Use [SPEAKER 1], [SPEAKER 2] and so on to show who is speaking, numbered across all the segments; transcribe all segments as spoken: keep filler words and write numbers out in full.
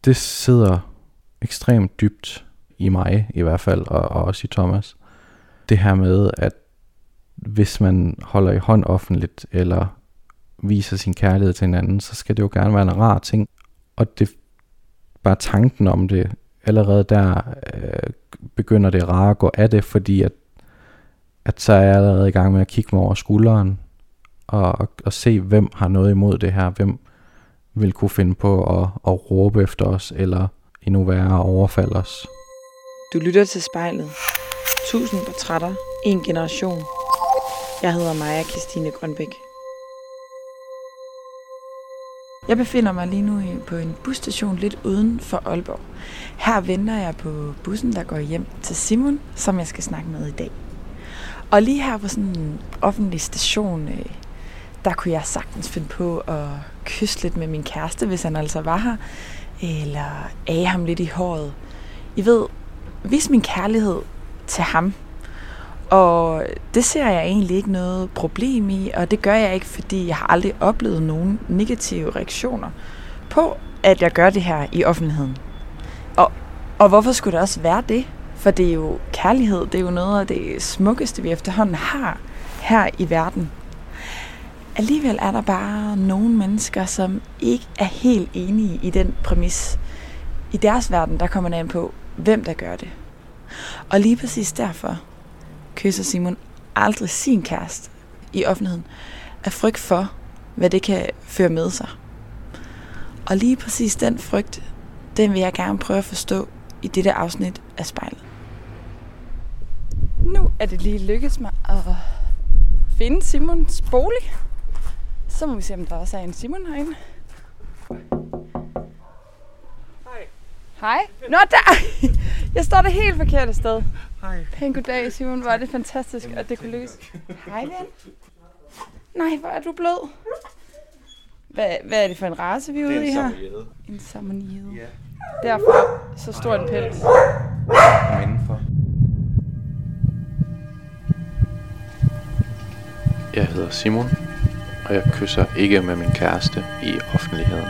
[SPEAKER 1] det sidder ekstremt dybt i mig i hvert fald, og, og også i Thomas. Det her med, at hvis man holder i hånd offentligt, eller viser sin kærlighed til hinanden, så skal det jo gerne være en rar ting. Og det bare tanken om det, allerede der øh, begynder det rare at gå af det, fordi at, at så er jeg allerede i gang med at kigge mig over skulderen, og, og, og se, hvem har noget imod det her, hvem vil kunne finde på at, at råbe efter os, eller endnu værre overfalde os.
[SPEAKER 2] Du lytter til Spejlet. Tusind portrætter, en generation. Jeg hedder Maja Kristine Grønbæk. Jeg befinder mig lige nu på en busstation lidt uden for Aalborg. Her venter jeg på bussen, der går hjem til Simon, som jeg skal snakke med i dag. Og lige her på sådan en offentlig station, der kunne jeg sagtens finde på at kysse lidt med min kæreste, hvis han altså var her. Eller age ham lidt i håret. I ved, vis min kærlighed til ham. Og det ser jeg egentlig ikke noget problem i, og det gør jeg ikke, fordi jeg har aldrig oplevet nogen negative reaktioner på, at jeg gør det her i offentligheden. Og, og hvorfor skulle det også være det? For det er jo kærlighed, det er jo noget af det smukkeste, vi efterhånden har her i verden. Alligevel er der bare nogle mennesker, som ikke er helt enige i den præmis. I deres verden, der kommer man an på, hvem der gør det. Og lige præcis derfor kysser Simon aldrig sin kæreste i offentligheden af frygt for, hvad det kan føre med sig. Og lige præcis den frygt, den vil jeg gerne prøve at forstå i dette afsnit af Spejlet. Nu er det lige lykkedes mig at finde Simons bolig. Så må vi se, om der også er en Simon herinde.
[SPEAKER 3] Hej.
[SPEAKER 2] Hej. Nå, der! Jeg står det helt forkerte sted.
[SPEAKER 3] Hej.
[SPEAKER 2] Pæn goddag, Simon. Hvor er det fantastisk, at det kunne lykkes. Hej, ven. Nej, hvor er du blød. Hvad, hvad er det for en race, vi er ude i her? En Samoyede. Ja. Derfor så stor en pels.
[SPEAKER 1] Kom indenfor. Jeg hedder Simon, og jeg kysser ikke med min kæreste i offentligheden.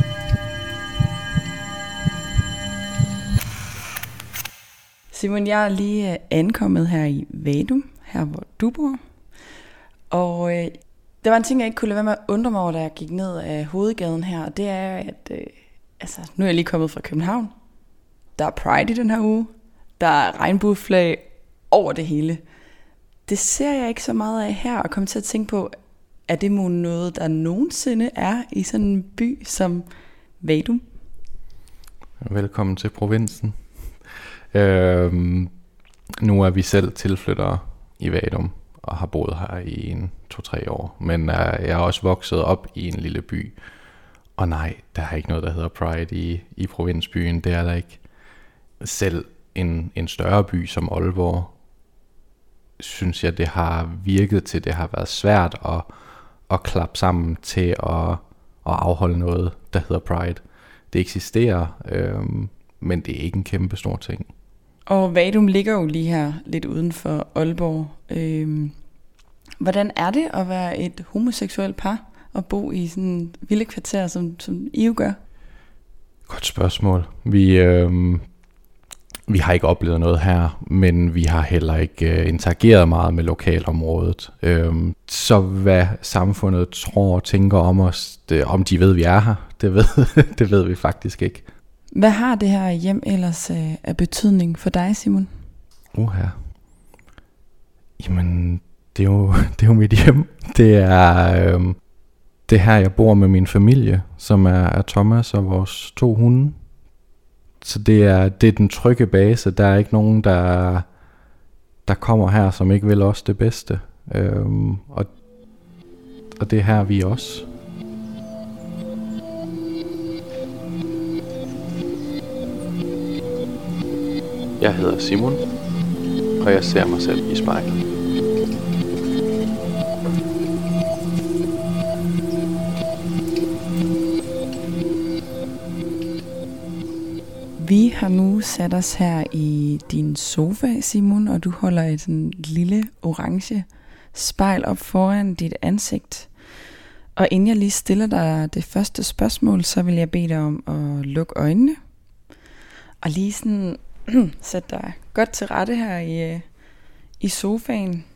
[SPEAKER 2] Simon, jeg er lige ankommet her i Vadum, her hvor du bor. Og øh, der var en ting, jeg ikke kunne lade være med at undre mig over, da jeg gik ned af hovedgaden her. Og det er, at øh, altså, nu er jeg lige kommet fra København. Der er Pride i den her uge. Der er regnbueflag over det hele. Det ser jeg ikke så meget af her, og kommer til at tænke på, er det noget, der nogensinde er i sådan en by som Vadum?
[SPEAKER 1] Velkommen til provinsen. Øhm, nu er vi selv tilflyttere i Vadum og har boet her i en to-tre år. Men øh, jeg er også vokset op i en lille by. Og nej, der er ikke noget, der hedder Pride i, i provinsbyen. Det er der ikke. Selv en, en større by som Aalborg, synes jeg, det har virket til, det har været svært at, at klappe sammen til at, at afholde noget, der hedder Pride. Det eksisterer, øhm, men det er ikke en kæmpe stor ting.
[SPEAKER 2] Og Vadum ligger jo lige her lidt uden for Aalborg. Øhm, hvordan er det at være et homoseksuelt par og bo i sådan et vilde kvarter, som, som I jo gør?
[SPEAKER 1] Godt spørgsmål. Vi, øhm, vi har ikke oplevet noget her, men vi har heller ikke øh, interageret meget med lokalområdet. Øhm, så hvad samfundet tror og tænker om os, det, om de ved, vi er her, det ved, det ved vi faktisk ikke.
[SPEAKER 2] Hvad har det her hjem ellers øh, af betydning for dig, Simon?
[SPEAKER 1] Uha. Jamen, det er jo, det er jo mit hjem. Det er, øhm, det her, jeg bor med min familie, som er, er Thomas og vores to hunde. Så det er, det er den trygge base. Der er ikke nogen, der, der kommer her, som ikke vil os det bedste. Øhm, og, og det er her, vi er også. Jeg hedder Simon, og jeg ser mig selv i spejlet.
[SPEAKER 2] Vi har nu sat os her i din sofa, Simon, og du holder et sådan lille orange spejl op foran dit ansigt. Og inden jeg lige stiller dig det første spørgsmål, så vil jeg bede dig om at lukke øjnene. Og lige sådan sætte dig godt til rette her i, i sofaen.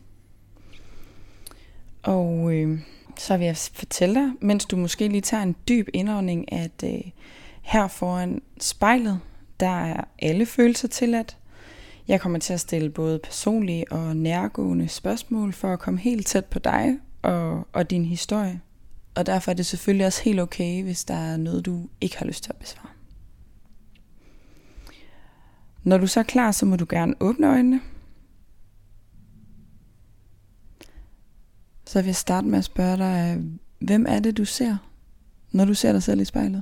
[SPEAKER 2] Og øh, så vil jeg fortælle dig, mens du måske lige tager en dyb indånding, at øh, her foran spejlet, der er alle følelser tilladt. Jeg kommer til at stille både personlige og nærgående spørgsmål for at komme helt tæt på dig og, og din historie. Og derfor er det selvfølgelig også helt okay, hvis der er noget, du ikke har lyst til at besvare. Når du så er klar, så må du gerne åbne øjnene. Så vil jeg starte med at spørge dig, hvem er det, du ser, når du ser dig selv i spejlet?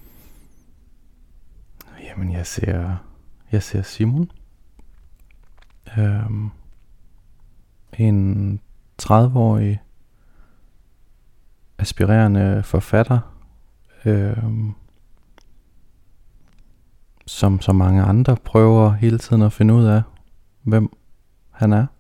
[SPEAKER 1] Jamen, jeg ser, jeg ser Simon. Øhm, en tredive-årig aspirerende forfatter, øhm, som så mange andre prøver hele tiden at finde ud af, hvem han er.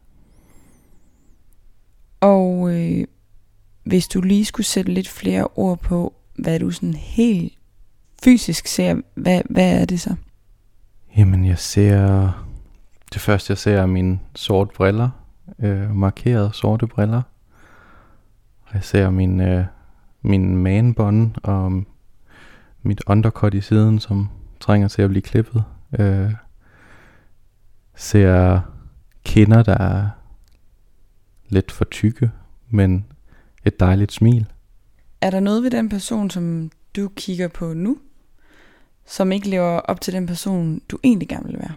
[SPEAKER 2] Og øh, hvis du lige skulle sætte lidt flere ord på, hvad du sådan helt fysisk ser, hvad, hvad er det så?
[SPEAKER 1] Jamen, jeg ser... Det første, jeg ser, er mine sorte briller. Øh, markerede sorte briller. Jeg ser min, øh, min manbånd og mit undercut i siden, som trænger til at blive klippet. Øh, ser kinder, der er lidt for tykke, men et dejligt smil.
[SPEAKER 2] Er der noget ved den person, som du kigger på nu, som ikke lever op til den person, du egentlig gerne vil være?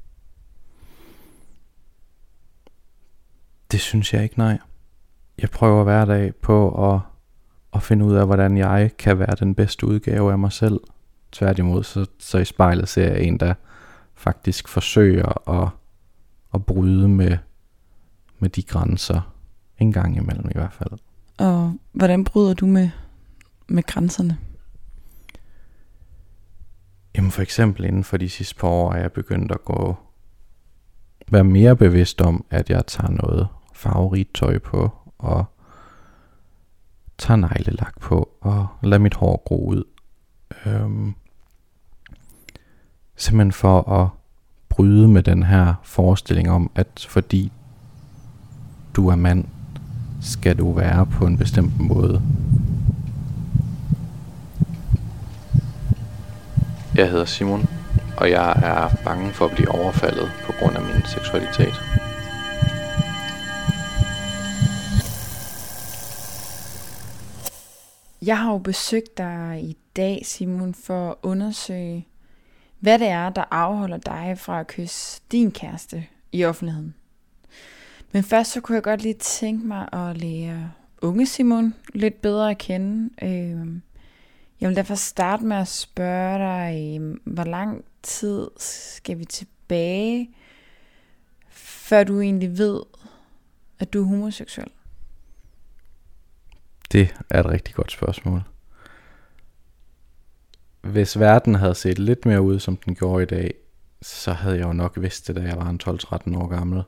[SPEAKER 1] Det synes jeg ikke, nej. Jeg prøver hver dag på at, at finde ud af, hvordan jeg kan være den bedste udgave af mig selv. Tværtimod, så, så i spejlet ser jeg en, der faktisk forsøger at, at bryde med, med de grænser. En gang imellem i hvert fald.
[SPEAKER 2] Og hvordan bryder du med, med grænserne?
[SPEAKER 1] Jamen for eksempel inden for de sidste par år er jeg begyndt at gå være mere bevidst om, at jeg tager noget farverigt tøj på, og tager neglelak på, og lader mit hår gro ud. Øhm, simpelthen for at bryde med den her forestilling om, at fordi du er mand, skal du være på en bestemt måde. Jeg hedder Simon, og jeg er bange for at blive overfaldet på grund af min seksualitet.
[SPEAKER 2] Jeg har jo besøgt dig i dag, Simon, for at undersøge, hvad det er, der afholder dig fra at kysse din kæreste i offentligheden. Men først så kunne jeg godt lige tænke mig at lære unge Simon lidt bedre at kende. Jeg vil derfor starte med at spørge dig, hvor lang tid skal vi tilbage, før du egentlig ved, at du er homoseksuel?
[SPEAKER 1] Det er et rigtig godt spørgsmål. Hvis verden havde set lidt mere ud, som den gjorde i dag, så havde jeg jo nok vidst det, da jeg var en tolv tretten år gammel.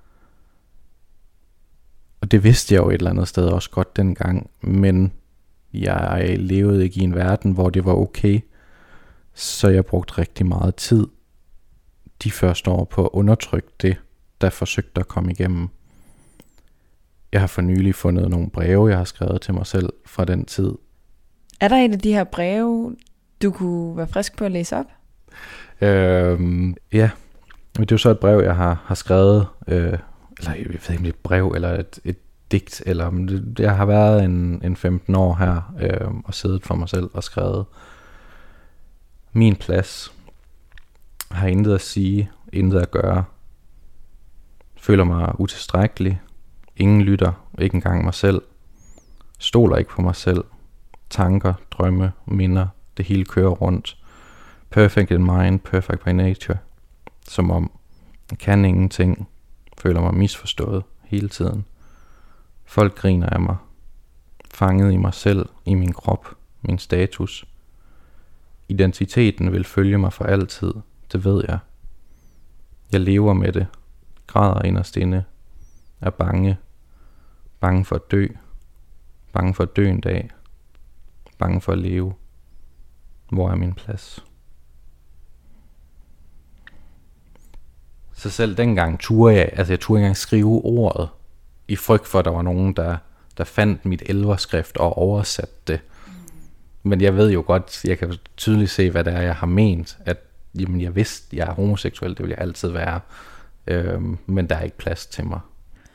[SPEAKER 1] Og det vidste jeg jo et eller andet sted også godt dengang, men jeg levede ikke i en verden, hvor det var okay, så jeg brugte rigtig meget tid de første år på at undertrykke det, der forsøgte at komme igennem. Jeg har for nylig fundet nogle breve, jeg har skrevet til mig selv fra den tid.
[SPEAKER 2] Er der et af de her breve, du kunne være frisk på at læse op?
[SPEAKER 1] Øhm, ja, men det er jo så et brev, jeg har, har skrevet, øh, eller jeg ved ikke om det er et brev, eller et, et digt, eller det, jeg har været en, en femten år her, øh, og siddet for mig selv og skrevet. Min plads har intet at sige, intet at gøre. Føler mig utilstrækkelig. Ingen lytter, ikke engang mig selv. Stoler ikke på mig selv. Tanker, drømme, minder, det hele kører rundt. Perfect in mind, perfect by nature. Som om jeg kan ingenting. Føler mig misforstået hele tiden. Folk griner af mig. Fanget i mig selv, i min krop, min status. Identiteten vil følge mig for altid, det ved jeg. Jeg lever med det, græder inderst inde, er bange, bange for at dø, bange for at dø en dag, bange for at leve. Hvor er min plads? Så selv dengang turde jeg, altså jeg turde ikke engang skrive ordet, i frygt for, at der var nogen, der, der fandt mit elverskrift og oversatte det. Men jeg ved jo godt, jeg kan tydeligt se, hvad det er, jeg har ment, at jamen, jeg vidste, jeg er homoseksuel, det vil jeg altid være, øhm, men der er ikke plads til mig.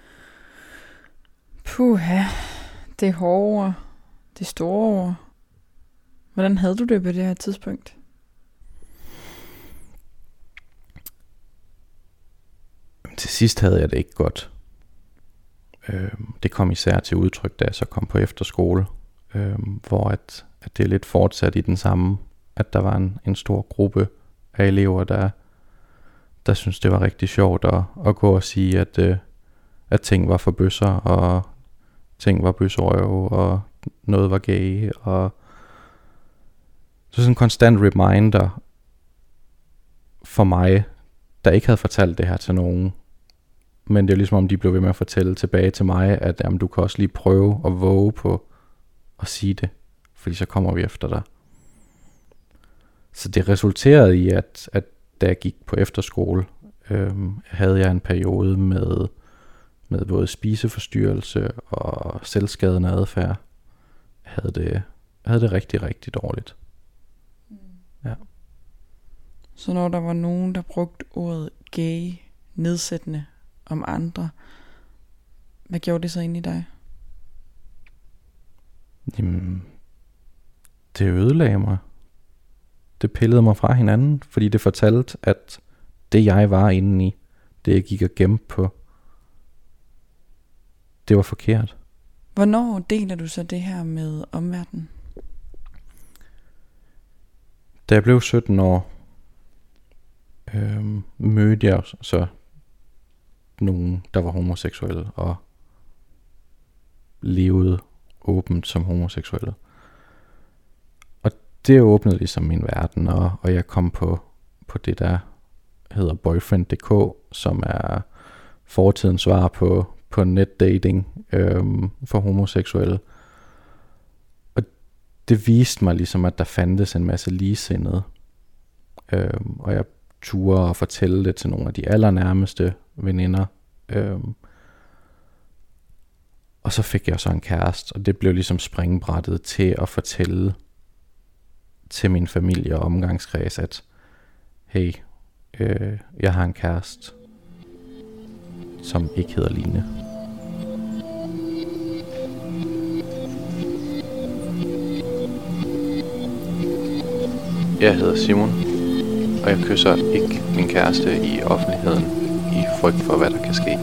[SPEAKER 2] Puha, det er hårde ord, det er store ord. Hvordan havde du det på det her tidspunkt?
[SPEAKER 1] Til sidst havde jeg det ikke godt. Øhm, det kom især til udtryk, da jeg så kom på efterskole, øhm, hvor at, at det er lidt fortsat i den samme, at der var en, en stor gruppe af elever, der, der synes det var rigtig sjovt at, at gå og sige, at, øh, at ting var for bøsser, og ting var bøsserøv, og noget var gay, og så sådan en konstant reminder for mig, der ikke havde fortalt det her til nogen. Men det er ligesom om de blev ved med at fortælle tilbage til mig, at jamen, du kan også lige prøve at våge på at sige det, fordi så kommer vi efter dig. Så det resulterede i, at, at da jeg gik på efterskole, øhm, havde jeg en periode med, med både spiseforstyrrelse og selvskadende adfærd. Jeg havde det, havde det rigtig, rigtig dårligt. Mm. Ja.
[SPEAKER 2] Så når der var nogen, der brugte ordet gay nedsættende om andre, hvad gjorde det så inde i dig?
[SPEAKER 1] Jamen, det ødelagde mig. Det pillede mig fra hinanden, fordi det fortalte, at det jeg var inde i, det jeg gik og gemte på, det var forkert.
[SPEAKER 2] Hvornår deler du så det her med omverdenen?
[SPEAKER 1] Da jeg blev sytten år, øhm, mødte jeg så nogen, der var homoseksuelle og levede åbent som homoseksuelle. Og det åbnede ligesom min verden, og, og jeg kom på, på det, der hedder boyfriend punktum d k, som er fortidens svar på, på netdating øhm, for homoseksuelle. Og det viste mig ligesom, at der fandtes en masse ligesindede. Øhm, og jeg turde at fortælle det til nogle af de allernærmeste veninder. Øhm, og så fik jeg så en kæreste, og det blev ligesom springbrættet til at fortælle til min familie og omgangskreds, at hey, øh, jeg har en kæreste, som ikke hedder Line. Jeg hedder Simon, og jeg kysser ikke min kæreste i offentligheden i frygt for, hvad der kan ske.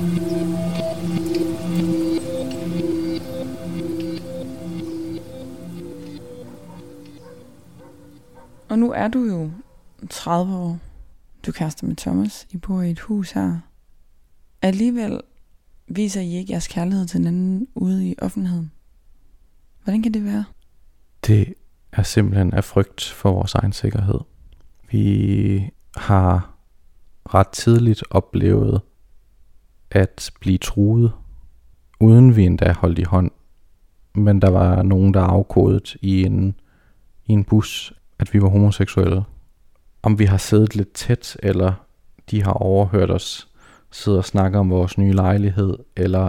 [SPEAKER 2] Og nu er du jo tredive år. Du er kærester med Thomas. I bor i et hus her. Alligevel viser I ikke jeres kærlighed til hinanden ude i offentligheden. Hvordan kan det være?
[SPEAKER 1] Det er simpelthen af frygt for vores egen sikkerhed. Vi har ret tidligt oplevet at blive truet, uden vi endda holdt i hånd. Men der var nogen, der afkodede i en, i en bus, at vi var homoseksuelle. Om vi har siddet lidt tæt, eller de har overhørt os sidde og snakke om vores nye lejlighed, eller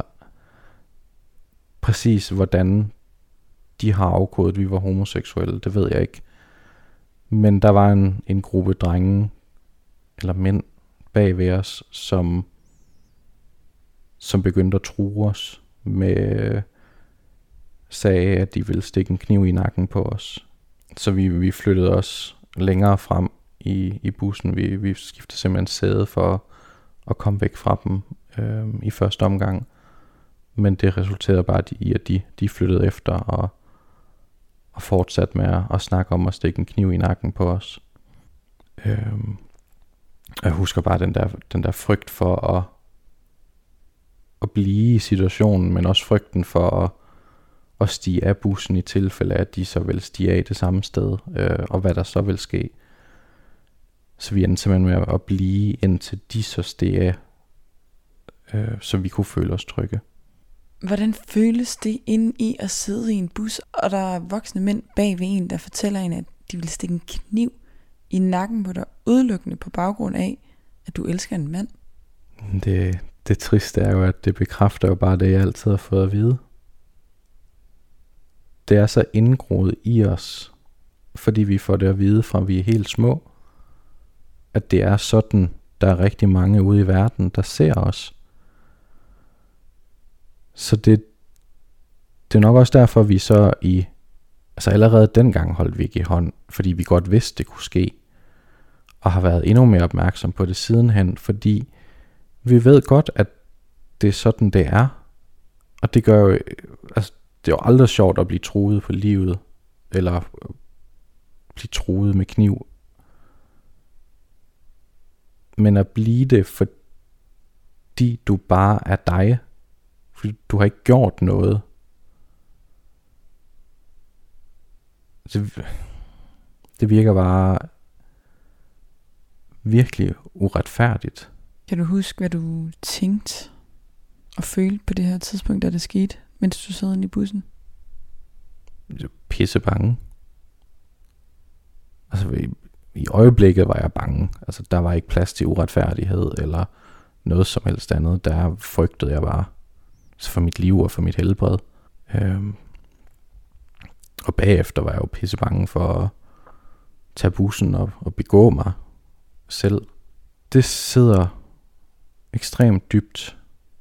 [SPEAKER 1] præcis hvordan de har afkodet, at vi var homoseksuelle, det ved jeg ikke. Men der var en, en gruppe drenge, eller mænd bag ved os, som, som begyndte at true os med, sagde, at de ville stikke en kniv i nakken på os. Så vi, vi flyttede os længere frem i, i bussen. Vi, vi skiftede simpelthen sæde for at komme væk fra dem øh, i første omgang. Men det resulterede bare i, at de, de flyttede efter og, og fortsatte med at, at snakke om at stikke en kniv i nakken på os. Øh, jeg husker bare den der, den der frygt for at, at blive i situationen, men også frygten for at, at stige af bussen i tilfælde af, at de så vil stige af det samme sted, øh, og hvad der så vil ske. Så vi endte simpelthen med at blive, indtil de så steg af, øh, så vi kunne føle os trygge.
[SPEAKER 2] Hvordan føles det inde i at sidde i en bus, og der er voksne mænd bag ved en, der fortæller en, at de vil stikke en kniv i nakken på dig, udelukkende på baggrund af, at du elsker en mand?
[SPEAKER 1] Det, det triste er jo, at det bekræfter jo bare det, jeg altid har fået at vide. Det er så indgroet i os, fordi vi får det at vide fra vi er helt små, at det er sådan, der er rigtig mange ude i verden, der ser os. Så det, det er nok også derfor, vi så i, altså allerede dengang holdt vi ikke i hånd, fordi vi godt vidste, det kunne ske, og har været endnu mere opmærksom på det sidenhen, fordi vi ved godt, at det er sådan, det er, og det gør jo, altså det er jo aldrig sjovt at blive truet på livet, eller blive truet med kniv, men at blive det, fordi du bare er dig, fordi du har ikke gjort noget. Det, det virker bare virkelig uretfærdigt.
[SPEAKER 2] Kan du huske, hvad du tænkte og følte på det her tidspunkt, da det skete, mens du sad inde i bussen?
[SPEAKER 1] Pisse bange. Altså i, i øjeblikket var jeg bange. Altså der var ikke plads til uretfærdighed eller noget som helst andet. Der frygtede jeg bare for mit liv og for mit helbred. Øhm. Og bagefter var jeg jo pisse bange for at tage bussen og, og begå mig selv. Det sidder ekstremt dybt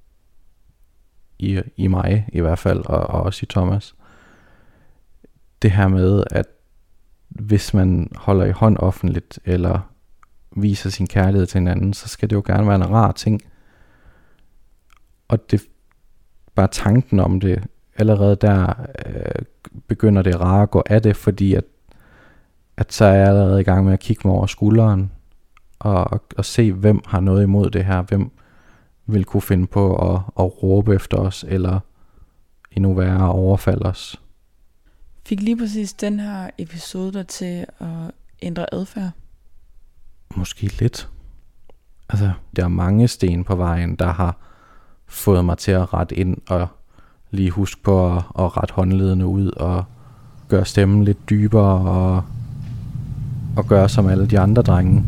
[SPEAKER 1] i, i mig i hvert fald, og, og også i Thomas. Det her med, at hvis man holder i hånd offentligt, eller viser sin kærlighed til hinanden, så skal det jo gerne være en rar ting. Og det bare tanken om det, allerede der øh, begynder det rare at gå af det, fordi at, at så er jeg allerede i gang med at kigge mig over skulderen, og, og, og se, hvem har noget imod det her, hvem vil kunne finde på at, at råbe efter os, eller endnu værre overfalde os.
[SPEAKER 2] Fik lige præcis den her episode der til at ændre adfærd?
[SPEAKER 1] Måske lidt. Altså, der er mange sten på vejen, der har fået mig til at rette ind, og lige huske på at, at rette håndledene ud, og gøre stemmen lidt dybere, og, og gøre som alle de andre drenge.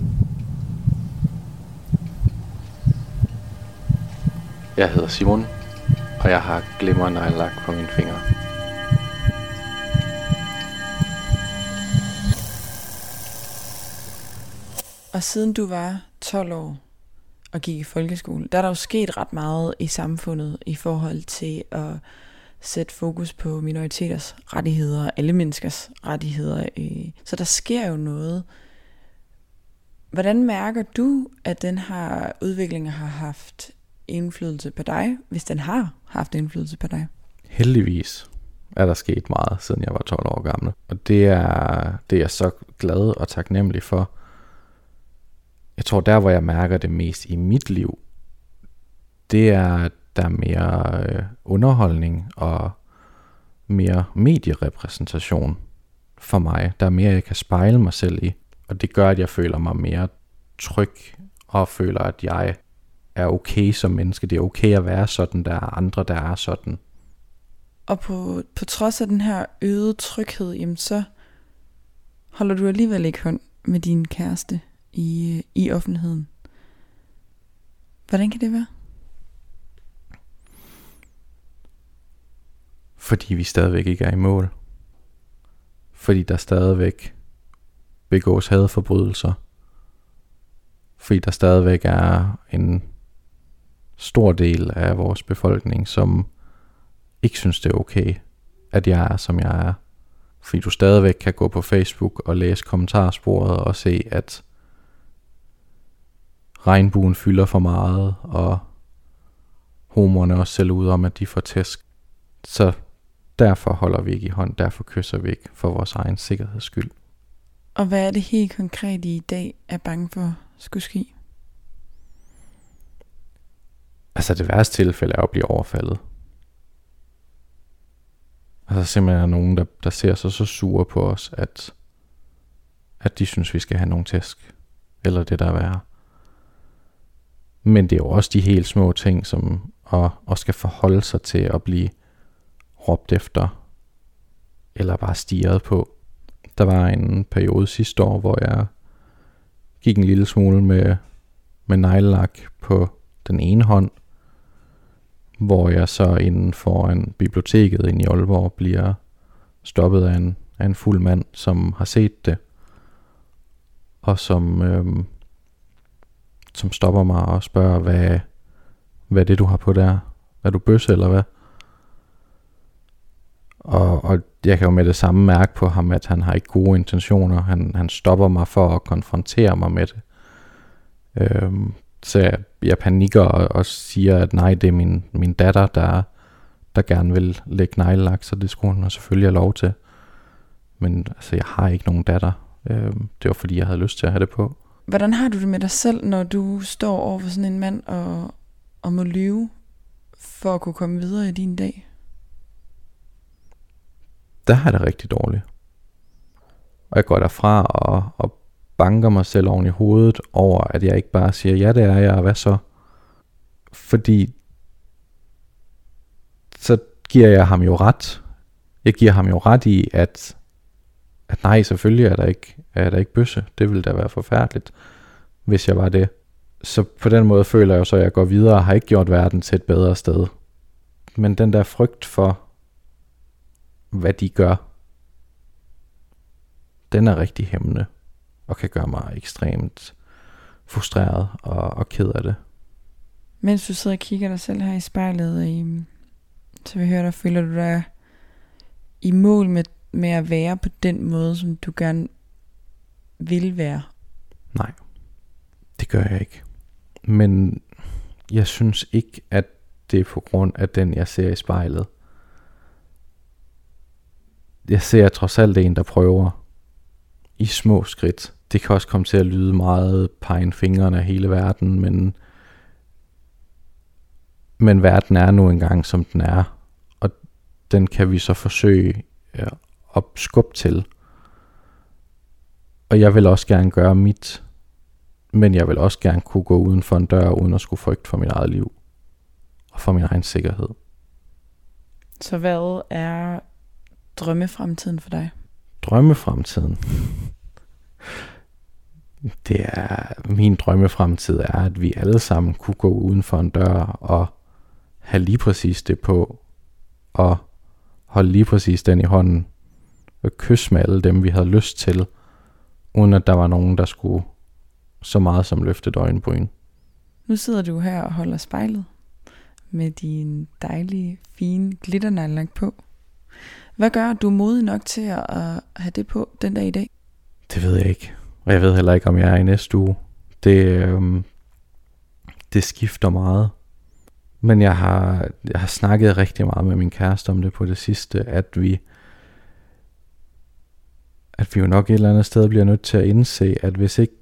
[SPEAKER 1] Jeg hedder Simon, og jeg har glimmernejlak på mine fingre.
[SPEAKER 2] Og siden du var tolv år og gik i folkeskole, der er der jo sket ret meget i samfundet i forhold til at sætte fokus på minoriteters rettigheder, alle menneskers rettigheder. Så der sker jo noget. Hvordan mærker du, at den her udvikling har haft indflydelse på dig, hvis den har haft indflydelse på dig?
[SPEAKER 1] Heldigvis er der sket meget, siden jeg var tolv år gammel. Og det er, det er jeg så glad og taknemmelig for. Jeg tror, der hvor jeg mærker det mest i mit liv, det er, at der er mere øh, underholdning og mere medierepræsentation for mig. Der er mere, jeg kan spejle mig selv i. Og det gør, at jeg føler mig mere tryg og føler, at jeg er okay som menneske. Det er okay at være sådan, der er andre, der er sådan.
[SPEAKER 2] Og på, på trods af den her øgede tryghed, jamen så holder du alligevel ikke hånd med din kæreste i, i offentligheden. Hvordan kan det være?
[SPEAKER 1] Fordi vi stadigvæk ikke er i mål. Fordi der stadigvæk begås hadforbrydelser. Fordi der stadigvæk er en stor del af vores befolkning, som ikke synes det er okay, at jeg er som jeg er. Fordi du stadigvæk kan gå på Facebook og læse kommentarsporet og se, at regnbuen fylder for meget, og homoerne også selv ud om, at de får tæsk. Så derfor holder vi ikke i hånd, derfor kysser vi ikke for vores egen sikkerheds skyld.
[SPEAKER 2] Og hvad er det helt konkret, I i dag er bange for skulle ske?
[SPEAKER 1] Altså det værste tilfælde er at blive overfaldet. Altså simpelthen er nogen, der, der ser sig så sure på os, at, at de synes, vi skal have nogle tæsk. Eller det der er værre. Men det er jo også de helt små ting, som og, og skal forholde sig til at blive råbt efter, eller bare stirret på. Der var en periode sidste år, hvor jeg gik en lille smule med, med neglelak på den ene hånd, hvor jeg så inden foran biblioteket inde i Aalborg bliver stoppet af en, af en fuld mand, som har set det, og som, øhm, som stopper mig og spørger, hvad, hvad er det, du har på der? Er du bøsse, eller hvad? Og, og jeg kan jo med det samme mærke på ham, at han har ikke gode intentioner. Han, han stopper mig for at konfrontere mig med det. Øhm, så jeg, jeg panikker og, og siger, at nej, det er min, min datter, der, der gerne vil lægge neglelak, så det skulle hun selvfølgelig have lov til. Men altså, jeg har ikke nogen datter. Øhm, det var fordi, jeg havde lyst til at have det på.
[SPEAKER 2] Hvordan har du det med dig selv, når du står over for sådan en mand og, og må lyve for at kunne komme videre i din dag?
[SPEAKER 1] Der har jeg det rigtig dårligt. Og jeg går derfra og, og banker mig selv oven i hovedet over, at jeg ikke bare siger, ja, det er jeg, og hvad så? Fordi så giver jeg ham jo ret. Jeg giver ham jo ret i, at, at nej, selvfølgelig er der ikke, er der ikke bøsse. Det ville da være forfærdeligt, hvis jeg var det. Så på den måde føler jeg jo så, at jeg går videre og har ikke gjort verden til et bedre sted. Men den der frygt for, hvad de gør, den er rigtig hæmmende, og kan gøre mig ekstremt frustreret og, og ked af det.
[SPEAKER 2] Mens du sidder og kigger dig selv her i spejlet, i, så vi hører dig, føler du dig i mål med, med at være på den måde, som du gerne vil være?
[SPEAKER 1] Nej, det gør jeg ikke. Men jeg synes ikke, at det er på grund af den, jeg ser i spejlet. Jeg ser trods alt en, der prøver i små skridt. Det kan også komme til at lyde meget pegen fingrene af hele verden, men, men verden er nu engang, som den er. Og den kan vi så forsøge ja, at skubbe til. Og jeg vil også gerne gøre mit, men jeg vil også gerne kunne gå uden for en dør, uden at skulle frygte for mit eget liv. Og for min egen sikkerhed.
[SPEAKER 2] Så hvad er drømmefremtiden for dig?
[SPEAKER 1] Drømmefremtiden? Det er, min drømmefremtid er, at vi alle sammen kunne gå uden for en dør og have lige præcis det på, og holde lige præcis den i hånden, og kysse med alle dem, vi havde lyst til, uden at der var nogen, der skulle så meget som løfte et øjenbryn.
[SPEAKER 2] Nu sidder du her og holder spejlet med din dejlige, fine glitternejlelak på. Hvad gør, at du er modig nok til at have det på den dag i dag?
[SPEAKER 1] Det ved jeg ikke. Og jeg ved heller ikke, om jeg er i næste uge. Det, øhm, det skifter meget. Men jeg har, jeg har snakket rigtig meget med min kæreste om det på det sidste, at vi, at vi jo nok et eller andet sted bliver nødt til at indse, at hvis ikke,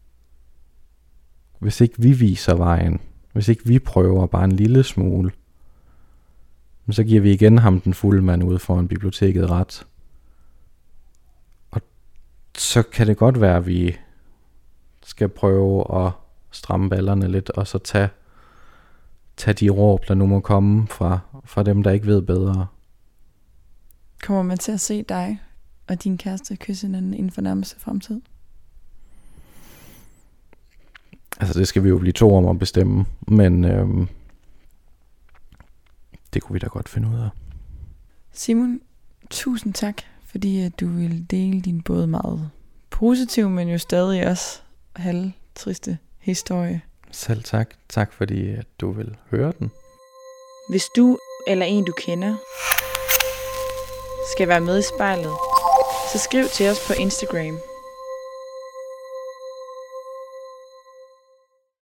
[SPEAKER 1] hvis ikke vi viser vejen, hvis ikke vi prøver bare en lille smule, så giver vi igen ham den fulde mand ude foran biblioteket ret. Og så kan det godt være, at vi skal prøve at stramme ballerne lidt, og så tage, tage de råb, der nu må komme fra, fra dem, der ikke ved bedre.
[SPEAKER 2] Kommer man til at se dig og din kæreste kysse hinanden inden for nærmeste fremtid?
[SPEAKER 1] Altså det skal vi jo blive to om at bestemme, men øhm, det kunne vi da godt finde ud af.
[SPEAKER 2] Simon, tusind tak, fordi du ville dele din både meget positive, men jo stadig også halvtriste historie.
[SPEAKER 1] Selv tak. Tak fordi at du vil høre den.
[SPEAKER 2] Hvis du eller en du kender skal være med i spejlet, så skriv til os på Instagram.